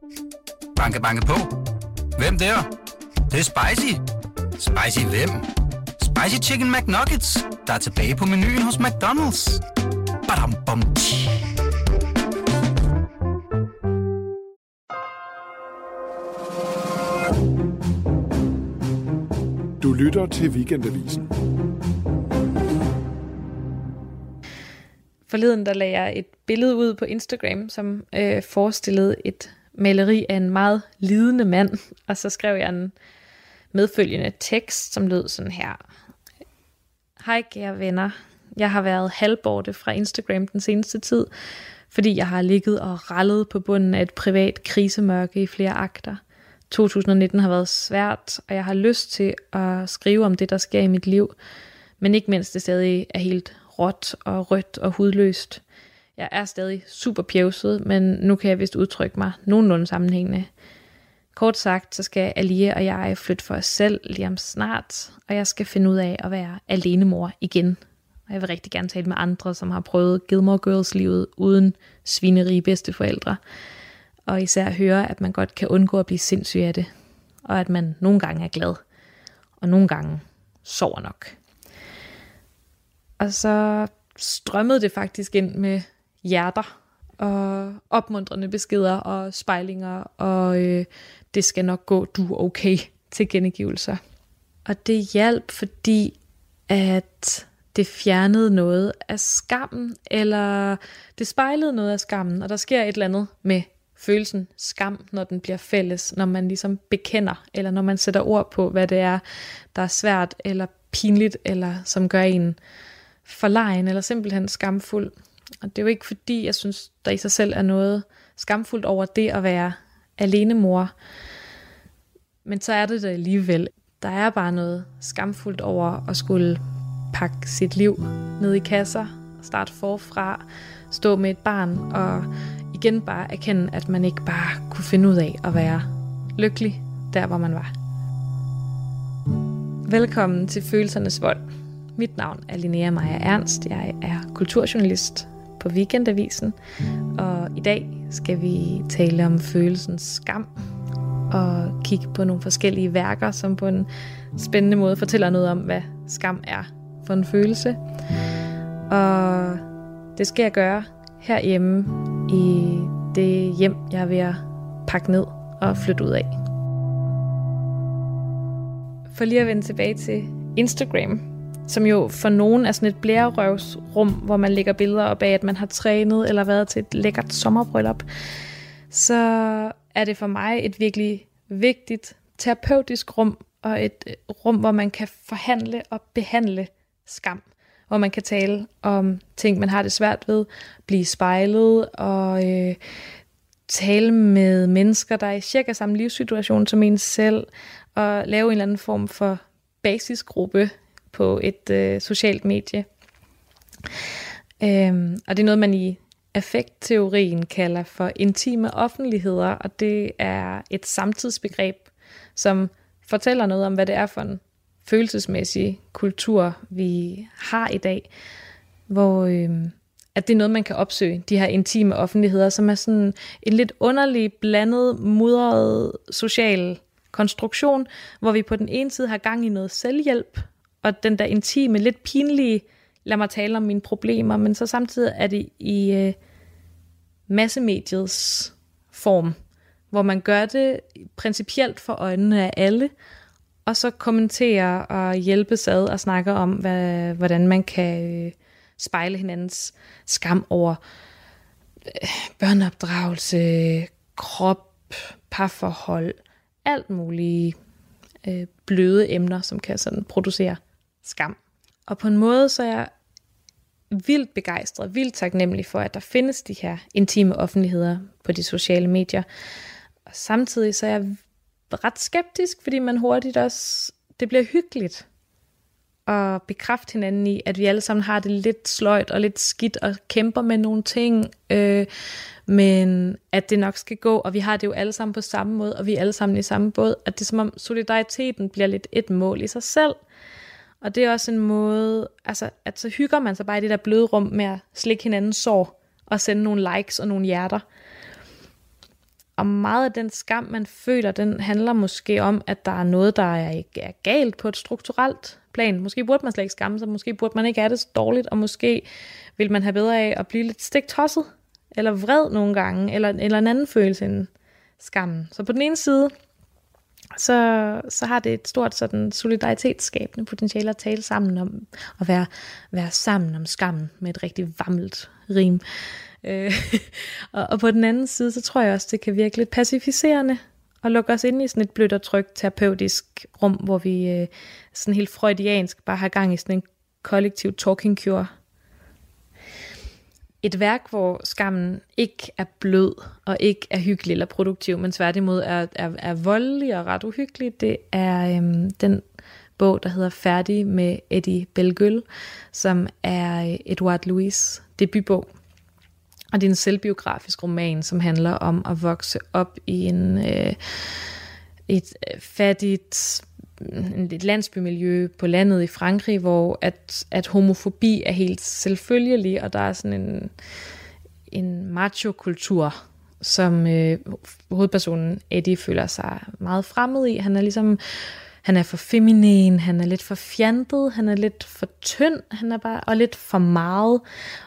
Banke, banke på. Hvem der? Det er spicy. Spicy hvem? Spicy Chicken McNuggets, der er tilbage på menuen hos McDonald's. Badum, bom, tji. Du lytter til Weekendavisen. Forleden der lagde jeg et billede ud på Instagram, som forestillede et maleri af en meget lidende mand, og så skrev jeg en medfølgende tekst, som lød sådan her. Hej kære venner, jeg har været halvborte fra Instagram den seneste tid, fordi jeg har ligget og rallet på bunden af et privat krisemørke i flere akter. 2019 har været svært, og jeg har lyst til at skrive om det, der sker i mit liv, men ikke mindst det stadig er helt råt og rødt og hudløst. Jeg er stadig super pjevset, men nu kan jeg vist udtrykke mig nogenlunde sammenhængende. Kort sagt, så skal Alia og jeg flytte for os selv lige om snart, og jeg skal finde ud af at være alenemor igen. Og jeg vil rigtig gerne tale med andre, som har prøvet Gilmore Girls-livet uden svinerige bedsteforældre. Og især høre, at man godt kan undgå at blive sindssyg af det, og at man nogle gange er glad, og nogle gange sover nok. Og så strømmede det faktisk ind med hjerter og opmuntrende beskeder og spejlinger, og det skal nok gå, du er okay til gengivelser. Og det hjalp, fordi at det fjernede noget af skammen, eller det spejlede noget af skammen, og der sker et eller andet med følelsen skam, når den bliver fælles, når man ligesom bekender, eller når man sætter ord på, hvad det er, der er svært, eller pinligt, eller som gør en forlegen, eller simpelthen skamfuld. Og det er jo ikke fordi, jeg synes, der i sig selv er noget skamfuldt over det at være alenemor. Men så er det der alligevel. Der er bare noget skamfuldt over at skulle pakke sit liv ned i kasser, starte forfra, stå med et barn, og igen bare erkende, at man ikke bare kunne finde ud af at være lykkelig der, hvor man var. Velkommen til Følelsernes Vold. Mit navn er Linnea Maja Ernst. Jeg er kulturjournalist på Weekendavisen, og i dag skal vi tale om følelsens skam og kigge på nogle forskellige værker, som på en spændende måde fortæller noget om, hvad skam er for en følelse. Og det skal jeg gøre herhjemme i det hjem, jeg er ved at pakke ned og flytte ud af. For lige at vende tilbage til Instagram, som jo for nogen er sådan et blærerøvsrum, hvor man lægger billeder op af, at man har trænet eller været til et lækkert sommerbryllup, så er det for mig et virkelig vigtigt terapeutisk rum, og et rum, hvor man kan forhandle og behandle skam, hvor man kan tale om ting, man har det svært ved, blive spejlet og tale med mennesker, der er i cirka samme livssituation som en selv, og lave en eller anden form for basisgruppe på et socialt medie. Og det er noget, man i affektteorien kalder for intime offentligheder, og det er et samtidsbegreb, som fortæller noget om, hvad det er for en følelsesmæssig kultur, vi har i dag, hvor at det er noget, man kan opsøge, de her intime offentligheder, som er sådan en lidt underlig, blandet, mudret social konstruktion, hvor vi på den ene side har gang i noget selvhjælp, og den der intime, lidt pinlige, lad mig tale om mine problemer, men så samtidig er det i massemediets form, hvor man gør det principielt for øjnene af alle, og så kommenterer og hjælpes ad og snakker om, hvordan man kan spejle hinandens skam over børneopdragelse, krop, parforhold, alt mulige bløde emner, som kan sådan producere skam. Og på en måde så er jeg vildt begejstret, vildt taknemmelig for, at der findes de her intime offentligheder på de sociale medier. Og samtidig så er jeg ret skeptisk, fordi man hurtigt også, det bliver hyggeligt at bekræfte hinanden i, at vi alle sammen har det lidt sløjt og lidt skidt og kæmper med nogle ting, men at det nok skal gå, og vi har det jo alle sammen på samme måde, og vi er alle sammen i samme båd, at det er som om solidariteten bliver lidt et mål i sig selv. Og det er også en måde, altså at så hygger man sig bare i det der bløde rum med at slikke hinandens sår og sende nogle likes og nogle hjerter. Og meget af den skam, man føler, den handler måske om, at der er noget, der ikke er galt på et strukturelt plan. Måske burde man slet ikke skamme sig, måske burde man ikke have det så dårligt, og måske vil man have bedre af at blive lidt stiktosset, eller vred nogle gange, eller en anden følelse end skammen. Så på den ene side, så har det et stort sådan solidaritetsskabende potentiale at tale sammen om, at være sammen om skammen med et rigtig vammelt rim. Og på den anden side, så tror jeg også, det kan virke lidt pacificerende og lukke os ind i sådan et blødt og trygt terapeutisk rum, hvor vi sådan helt freudiansk bare har gang i sådan en kollektiv talking cure. Et værk, hvor skammen ikke er blød og ikke er hyggelig eller produktiv, men tværtimod er voldelig og ret uhyggelig, det er den bog, der hedder Færdig med Eddie Bellegueule, som er Edouard Louis' debutbog. Og det er en selvbiografisk roman, som handler om at vokse op i et fattigt et landsbymiljø på landet i Frankrig, hvor at homofobi er helt selvfølgelig, og der er sådan en macho-kultur, som hovedpersonen Eddie føler sig meget fremmed i. Han er for feminin, han er lidt for fjantet, han er lidt for tynd, han er bare og lidt for meget.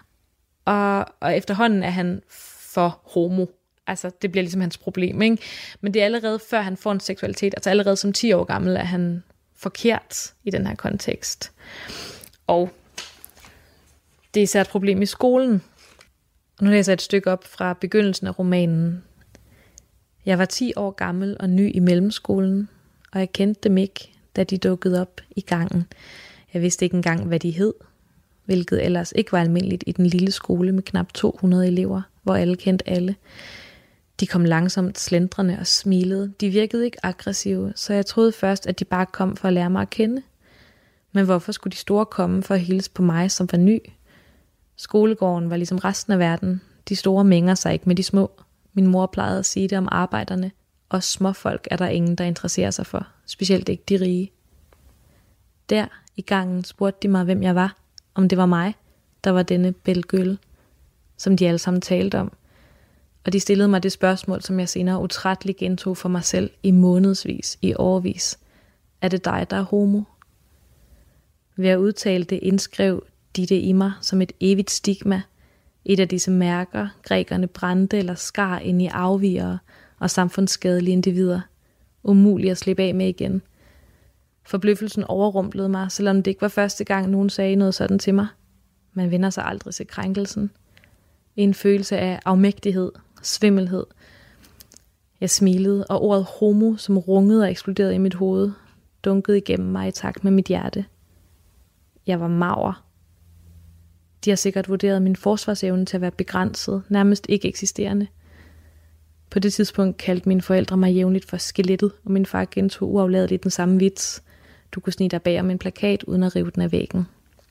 Og efterhånden er han for homo. Altså, det bliver ligesom hans problem, ikke? Men det er allerede før han får en seksualitet, altså allerede som 10 år gammel, er han forkert i den her kontekst. Og det er især et problem i skolen. Og nu læser jeg et stykke op fra begyndelsen af romanen. Jeg var 10 år gammel og ny i mellemskolen, og jeg kendte dem ikke, da de dukkede op i gangen. Jeg vidste ikke engang, hvad de hed, hvilket ellers ikke var almindeligt i den lille skole med knap 200 elever, hvor alle kendte alle. De kom langsomt slendrende og smilede. De virkede ikke aggressive, så jeg troede først, at de bare kom for at lære mig at kende. Men hvorfor skulle de store komme for at hilse på mig, som var ny? Skolegården var ligesom resten af verden. De store mænger sig ikke med de små. Min mor plejede at sige det om arbejderne. Og småfolk er der ingen, der interesserer sig for. Specielt ikke de rige. Der i gangen spurgte de mig, hvem jeg var. Om det var mig, der var denne Bellegueule, som de alle sammen talte om. Og de stillede mig det spørgsmål, som jeg senere utrætteligt gentog for mig selv i månedsvis, i årevis. Er det dig, der er homo? Ved at udtale det indskrev de det i mig som et evigt stigma. Et af disse mærker, grækerne brændte eller skar ind i afvigere og samfundsskadelige individer. Umuligt at slippe af med igen. Forbløffelsen overrumplede mig, selvom det ikke var første gang, nogen sagde noget sådan til mig. Man vender sig aldrig til krænkelsen. En følelse af afmægtighed, svimmelhed. Jeg smilede, og ordet homo, som rungede og eksploderede i mit hoved, dunkede igennem mig i takt med mit hjerte. Jeg var mager. De har sikkert vurderet min forsvarsevne til at være begrænset, nærmest ikke eksisterende. På det tidspunkt kaldte mine forældre mig jævnligt for skelettet, og min far gentog uafladeligt den samme vits. Du kunne snige dig bag om en plakat uden at rive den af væggen.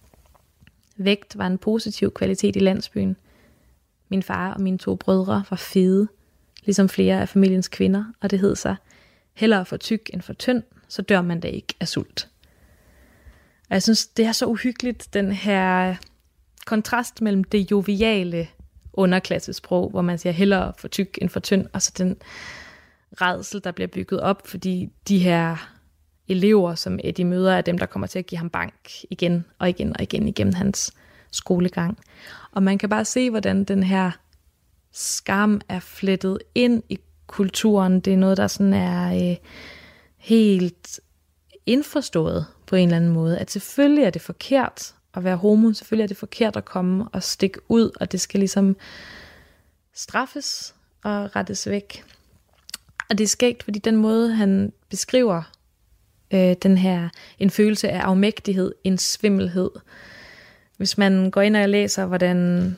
Vægt var en positiv kvalitet i landsbyen. Min far og mine 2 brødre var fede, ligesom flere af familiens kvinder, og det hed sig, hellere for tyk end for tynd, så dør man da ikke af sult. Og jeg synes, det er så uhyggeligt, den her kontrast mellem det joviale underklassesprog, hvor man siger hellere for tyk end for tynd, og så den rædsel, der bliver bygget op, fordi de her elever, som Eddie møder, er dem, der kommer til at give ham bank igen og igen og igen igennem hans skolegang. Og man kan bare se, hvordan den her skam er flettet ind i kulturen. Det er noget, der sådan er helt indforstået på en eller anden måde. At selvfølgelig er det forkert at være homo, selvfølgelig er det forkert at komme og stikke ud, og det skal ligesom straffes og rettes væk. Og det er skægt, fordi den måde, han beskriver den her, en følelse af afmægtighed, en svimmelhed. Hvis man går ind og læser, hvordan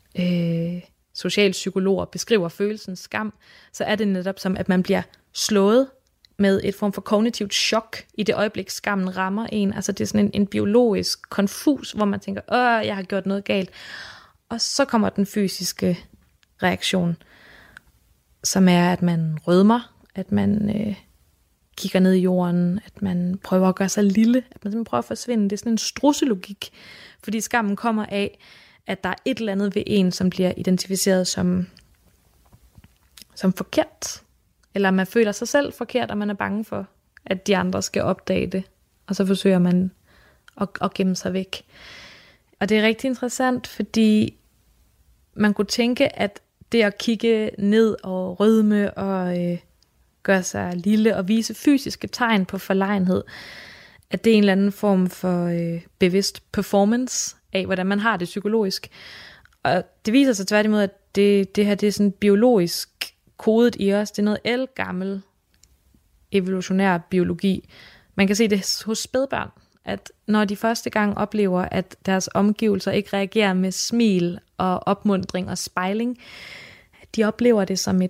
socialpsykologer beskriver følelsen skam, så er det netop som, at man bliver slået med et form for kognitivt chok i det øjeblik, skammen rammer en. Altså det er sådan en biologisk konfus, hvor man tænker, jeg har gjort noget galt. Og så kommer den fysiske reaktion, som er, at man rødmer, at man kigger ned i jorden, at man prøver at gøre sig lille, at man simpelthen prøver at forsvinde. Det er sådan en strudselogik, fordi skammen kommer af, at der er et eller andet ved en, som bliver identificeret som som forkert. Eller man føler sig selv forkert, og man er bange for, at de andre skal opdage det. Og så forsøger man at gemme sig væk. Og det er rigtig interessant, fordi man kunne tænke, at det at kigge ned og rødme og gøre sig lille og vise fysiske tegn på forlegenhed, at det er en eller anden form for bevidst performance af, hvordan man har det psykologisk. Og det viser sig tværtimod, at det her det er sådan biologisk kodet i os. Det er noget ældgammel evolutionær biologi. Man kan se det hos spædbørn, at når de første gang oplever, at deres omgivelser ikke reagerer med smil og opmuntring og spejling, de oplever det som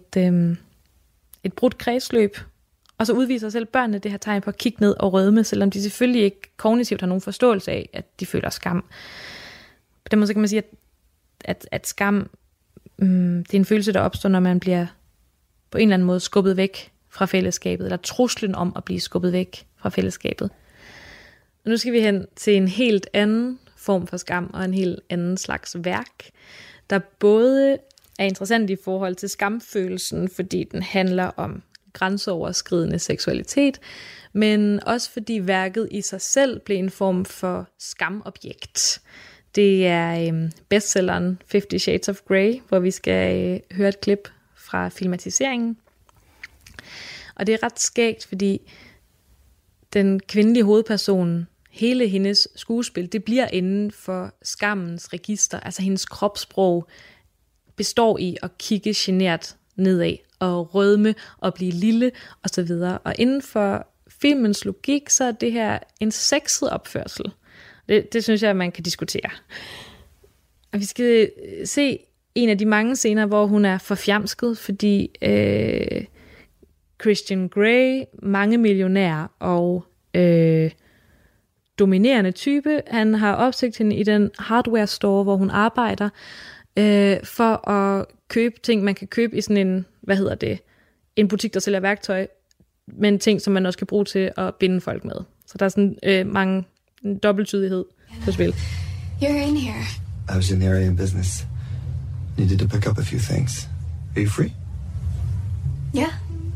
et brudt kredsløb. Og så udviser selv børnene det her tegn på at kigge ned og rødme, selvom de selvfølgelig ikke kognitivt har nogen forståelse af, at de føler skam. På den måde så kan man sige, at skam, det er en følelse, der opstår, når man bliver på en eller anden måde skubbet væk fra fællesskabet, eller truslen om at blive skubbet væk fra fællesskabet. Og nu skal vi hen til en helt anden form for skam, og en helt anden slags værk, der både er interessant i forhold til skamfølelsen, fordi den handler om grænseoverskridende seksualitet, men også fordi værket i sig selv blev en form for skamobjekt. Det er bestselleren 50 Shades of Grey, hvor vi skal høre et klip fra filmatiseringen. Og det er ret skægt, fordi den kvindelige hovedperson, hele hendes skuespil, det bliver inden for skammens register. Altså hendes kropssprog består i at kigge genert nedad og rødme og blive lille osv. Og inden for filmens logik, så er det her en sexet opførsel. Det synes jeg, man kan diskutere. Og vi skal se en af de mange scener, hvor hun er forfjamsket, fordi Christian Grey, mange millionær og dominerende type, han har opsøgt hende i den hardware store, hvor hun arbejder, for at købe ting, man kan købe i sådan en butik, der sælger værktøj, men ting, som man også kan bruge til at binde folk med. Så der er sådan mange dobbelttydighed på spil. You're in here. I was in the area in business. Needed to pick up a few things. Are you free? Yeah.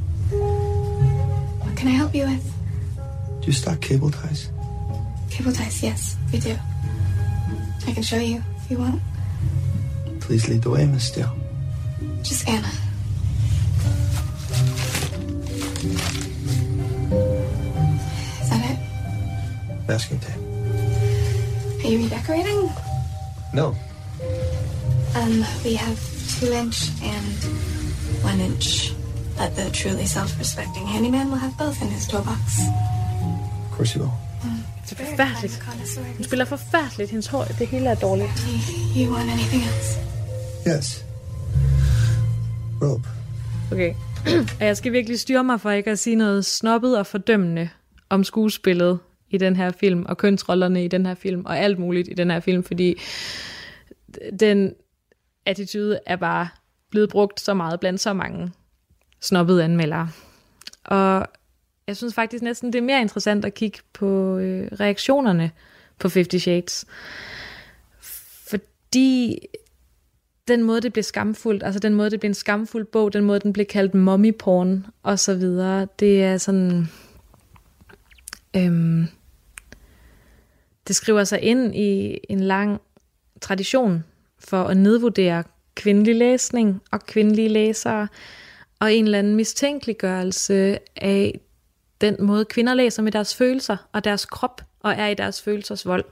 What can I help you with? Do you stock cable ties? Cable ties, yes, we do. I can show you if you want. Please lead the way, Miss Steele. Just Anna. Is that it? Masking tape. Are you redecorating? No. We have 2-inch and 1-inch. But the truly self-respecting handyman will have both in his toolbox. Of course you will. Det er forfærdeligt. Hun spiller forfærdeligt. Hendes hår, det hele er dårligt. You want anything else? Yes. Rope. Okay. Og jeg skal virkelig styre mig for ikke at sige noget snobbet og fordømmende om skuespillet i den her film, og kønsrollerne i den her film, og alt muligt i den her film, fordi den attitude er bare blevet brugt så meget blandt så mange snobbede anmeldere. Og jeg synes faktisk næsten, det er mere interessant at kigge på reaktionerne på 50 Shades. Fordi den måde, det blev skamfuldt, altså den måde, det blev en skamfuld bog, den måde, den blev kaldt mommy porn, og så videre, det er sådan... det skriver sig ind i en lang tradition for at nedvurdere kvindelig læsning og kvindelige læsere, og en eller anden mistænkeliggørelse af den måde, kvinder læser med deres følelser og deres krop, og er i deres følelsers vold.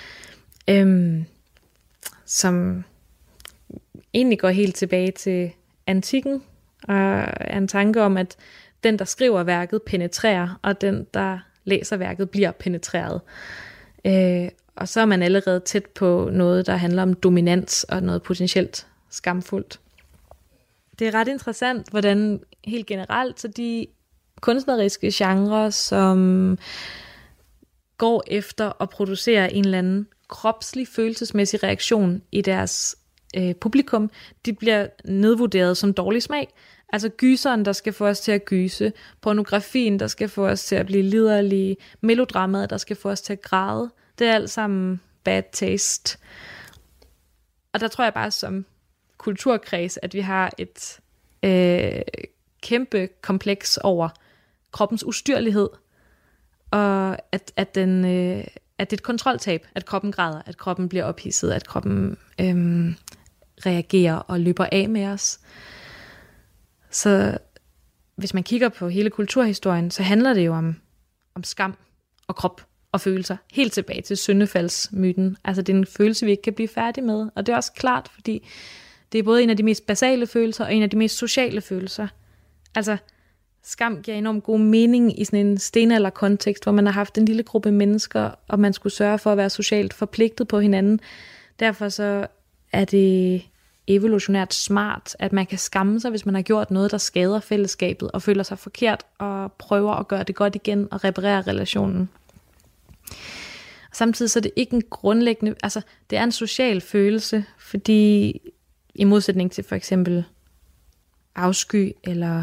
Som egentlig går helt tilbage til antikken, og er en tanke om, at den, der skriver værket, penetrerer, og den, der læser værket, bliver penetreret. Og så er man allerede tæt på noget, der handler om dominans og noget potentielt skamfuldt. Det er ret interessant, hvordan helt generelt, så de kunstneriske genrer, som går efter at producere en eller anden kropslig, følelsesmæssig reaktion i deres publikum, de bliver nedvurderet som dårlig smag. Altså gyseren, der skal få os til at gyse, pornografien, der skal få os til at blive liderlige, melodramaet, der skal få os til at græde, det er alt sammen bad taste. Og der tror jeg bare som kulturkreds, at vi har kæmpe kompleks over kroppens ustyrlighed, og at det er et kontroltab, at kroppen græder, at kroppen bliver ophidset, at kroppen reagerer og løber af med os. Så hvis man kigger på hele kulturhistorien, så handler det jo om skam og krop og følelser, helt tilbage til syndefaldsmyten. Altså det er en følelse, vi ikke kan blive færdige med, og det er også klart, fordi det er både en af de mest basale følelser og en af de mest sociale følelser. Altså skam giver enormt god mening i sådan en stenalderkontekst, hvor man har haft en lille gruppe mennesker, og man skulle sørge for at være socialt forpligtet på hinanden. Derfor så er det evolutionært smart, at man kan skamme sig, hvis man har gjort noget, der skader fællesskabet, og føler sig forkert, og prøver at gøre det godt igen, og reparere relationen. Samtidig så er det ikke en grundlæggende, altså det er en social følelse, fordi i modsætning til for eksempel afsky eller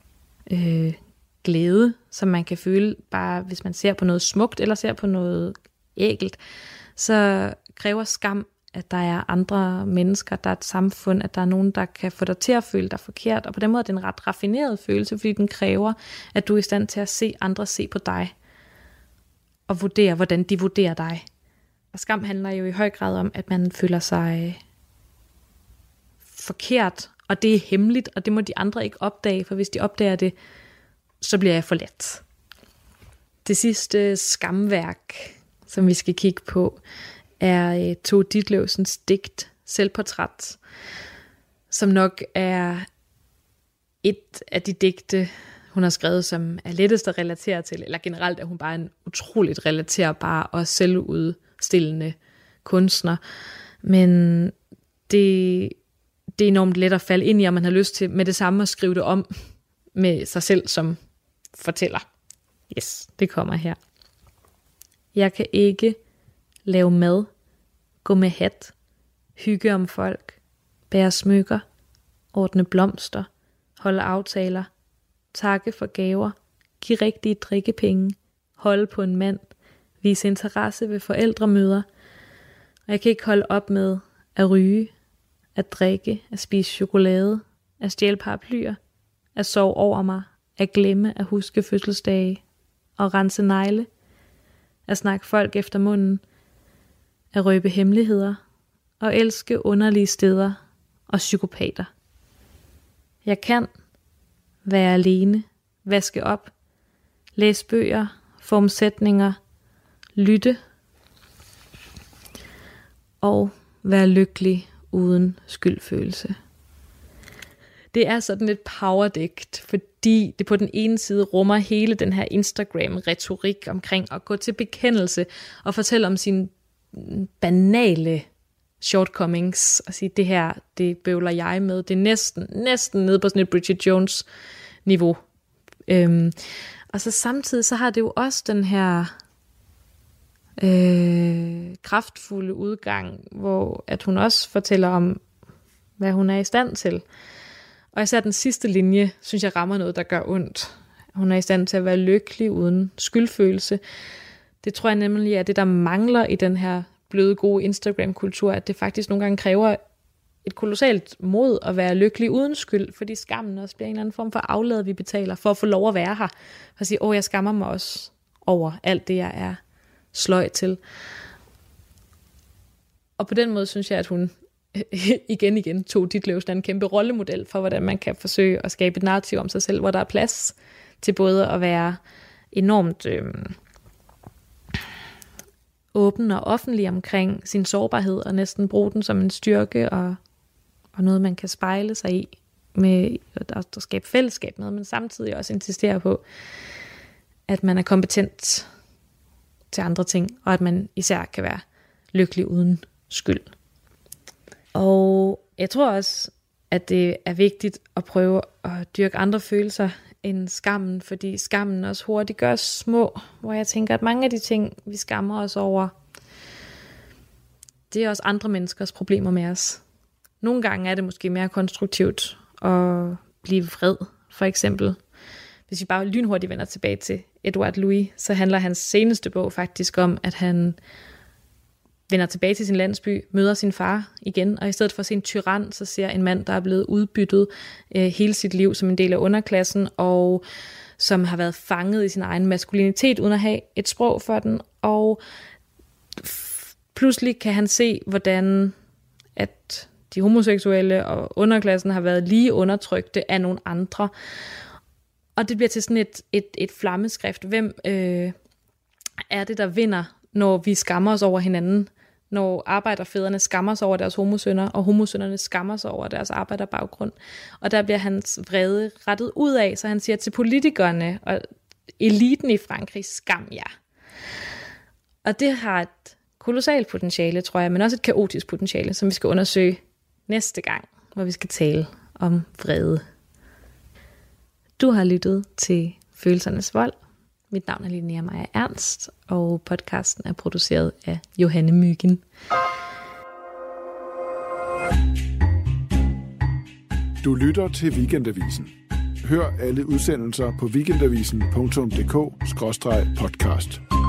glæde, som man kan føle bare hvis man ser på noget smukt eller ser på noget ækelt, så kræver skam, at der er andre mennesker, der er et samfund, at der er nogen, der kan få dig til at føle dig forkert, og på den måde er det en ret raffineret følelse, fordi den kræver, at du er i stand til at se andre se på dig, og vurdere, hvordan de vurderer dig. Og skam handler jo i høj grad om, at man føler sig forkert, og det er hemmeligt, og det må de andre ikke opdage, for hvis de opdager det, så bliver jeg forladt. Det sidste skamværk, som vi skal kigge på, er Tove Ditlevsens digt Selvportræt, som nok er et af de digte, hun har skrevet, som er lettest at relatere til, eller generelt er hun bare en utroligt relaterbar og selvudstillende kunstner. Men det er enormt let at falde ind i, og man har lyst til med det samme at skrive det om med sig selv som fortæller. Yes, det kommer her. Jeg kan ikke lave mad, gå med hat, hygge om folk, bære smykker, ordne blomster, holde aftaler, takke for gaver, give rigtige drikkepenge, holde på en mand, vise interesse ved forældremøder, og jeg kan ikke holde op med at ryge, at drikke, at spise chokolade, at stjæle paraplyer, at sove over mig, at glemme at huske fødselsdage, at rense negle, at snakke folk efter munden, at røbe hemmeligheder, og elske underlige steder og psykopater. Jeg kan være alene, vaske op, læse bøger, forme sætninger, lytte og være lykkelig uden skyldfølelse. Det er sådan et powerdigt, fordi det på den ene side rummer hele den her Instagram-retorik omkring at gå til bekendelse og fortælle om sine banale shortcomings og sige, det her, det bøvler jeg med. Det er næsten nede på sådan et Bridget Jones niveau. Og så samtidig så har det jo også den her kraftfulde udgang, hvor at hun også fortæller om, hvad hun er i stand til. Og især den sidste linje, synes jeg rammer noget, der gør ondt. Hun er i stand til at være lykkelig uden skyldfølelse. Det tror jeg nemlig er det, der mangler i den her bløde, gode Instagram-kultur, at det faktisk nogle gange kræver et kolossalt mod at være lykkelig uden skyld, fordi skammen også bliver en eller anden form for aflad, vi betaler for at få lov at være her. For at sige, jeg skammer mig også over alt det, jeg er sløj til. Og på den måde synes jeg, at hun igen Tove Ditlevsen er en kæmpe rollemodel for, hvordan man kan forsøge at skabe et narrativ om sig selv, hvor der er plads til både at være enormt åben og offentlig omkring sin sårbarhed, og næsten bruge den som en styrke, og noget, man kan spejle sig i, med at skabe fællesskab med, men samtidig også insistere på, at man er kompetent til andre ting, og at man især kan være lykkelig uden skyld. Og jeg tror også, at det er vigtigt at prøve at dyrke andre følelser end skammen, fordi skammen også hurtigt gør små, hvor jeg tænker, at mange af de ting, vi skammer os over, det er også andre menneskers problemer med os. Nogle gange er det måske mere konstruktivt at blive vred, for eksempel. Hvis vi bare lynhurtigt vender tilbage til Edouard Louis, så handler hans seneste bog faktisk om, at han vender tilbage til sin landsby, møder sin far igen, og i stedet for at se en tyran, så ser en mand, der er blevet udbyttet hele sit liv som en del af underklassen, og som har været fanget i sin egen maskulinitet, uden at have et sprog for den, og pludselig kan han se, hvordan at de homoseksuelle og underklassen har været lige undertrykte af nogle andre. Og det bliver til sådan et flammeskrift. Hvem er det, der vinder, når vi skammer os over hinanden? Når arbejderfædrene skammer sig over deres homosønner, og homosønnerne skammer sig over deres arbejderbaggrund. Og der bliver hans vrede rettet ud af, så han siger til politikerne og eliten i Frankrig, skam jer. Og det har et kolossalt potentiale, tror jeg, men også et kaotisk potentiale, som vi skal undersøge næste gang, hvor vi skal tale om vrede. Du har lyttet til Følelsernes Vold. Mit navn er Linnea Maja Ernst, og podcasten er produceret af Johanne Myggen. Du lytter til Weekendavisen. Hør alle udsendelser på weekendavisen.dk/podcast.